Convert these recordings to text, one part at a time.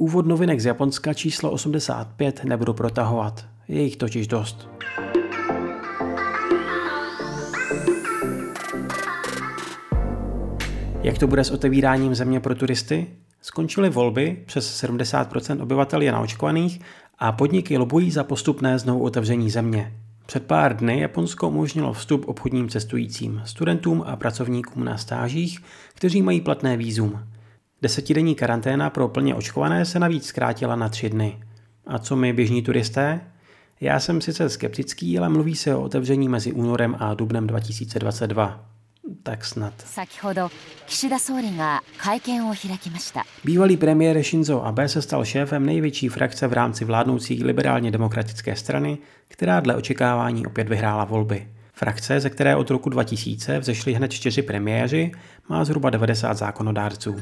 Úvod novinek z Japonska číslo 85 nebudu protahovat, je jich totiž dost. Jak to bude s otevíráním země pro turisty? Skončily volby, přes 70% obyvatel je naočkovaných a podniky lobují za postupné znovu otevření země. Před pár dny Japonsko umožnilo vstup obchodním cestujícím, studentům a pracovníkům na stážích, kteří mají platné vízum. 10denní karanténa pro plně očkované se navíc zkrátila na 3 dny. A co my běžní turisté? Já jsem sice skeptický, ale mluví se o otevření mezi únorem a dubnem 2022. Tak snad. Bývalý premiér Shinzo Abe se stal šéfem největší frakce v rámci vládnoucí liberálně demokratické strany, která dle očekávání opět vyhrála volby. Frakce, ze které od roku 2000 vzešli hned 4 premiéři, má zhruba 90 zákonodárců.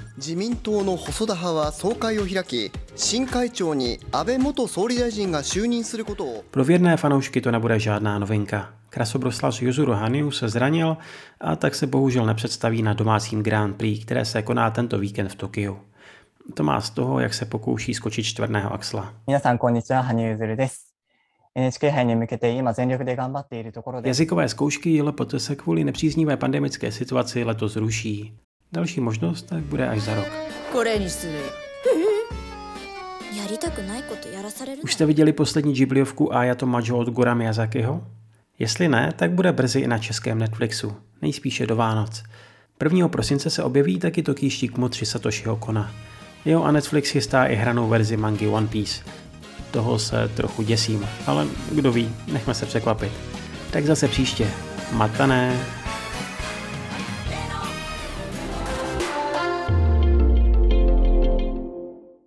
Pro věrné fanoušky to nebude žádná novinka. Krasobruslař Yuzuru Hanyu se zranil a tak se bohužel nepředstaví na domácím Grand Prix, které se koná tento víkend v Tokiu. To má z toho, jak se pokouší skočit čtvrtného axla. Jazykové zkoušky JLPT se kvůli nepříznivé pandemické situaci letos ruší. Další možnost tak bude až za rok. Už jste viděli poslední Ghibliovku Ayato Majo od Gora Miyazakiho? Jestli ne, tak bude brzy i na českém Netflixu, nejspíše do Vánoc. 1. prosince se objeví taky tokijští kmotři Satoshiho Kona. Jo, a Netflix chystá i hranou verzi mangy One Piece. Toho se trochu děsím, ale kdo ví, nechme se překvapit. Tak zase příště. Matané.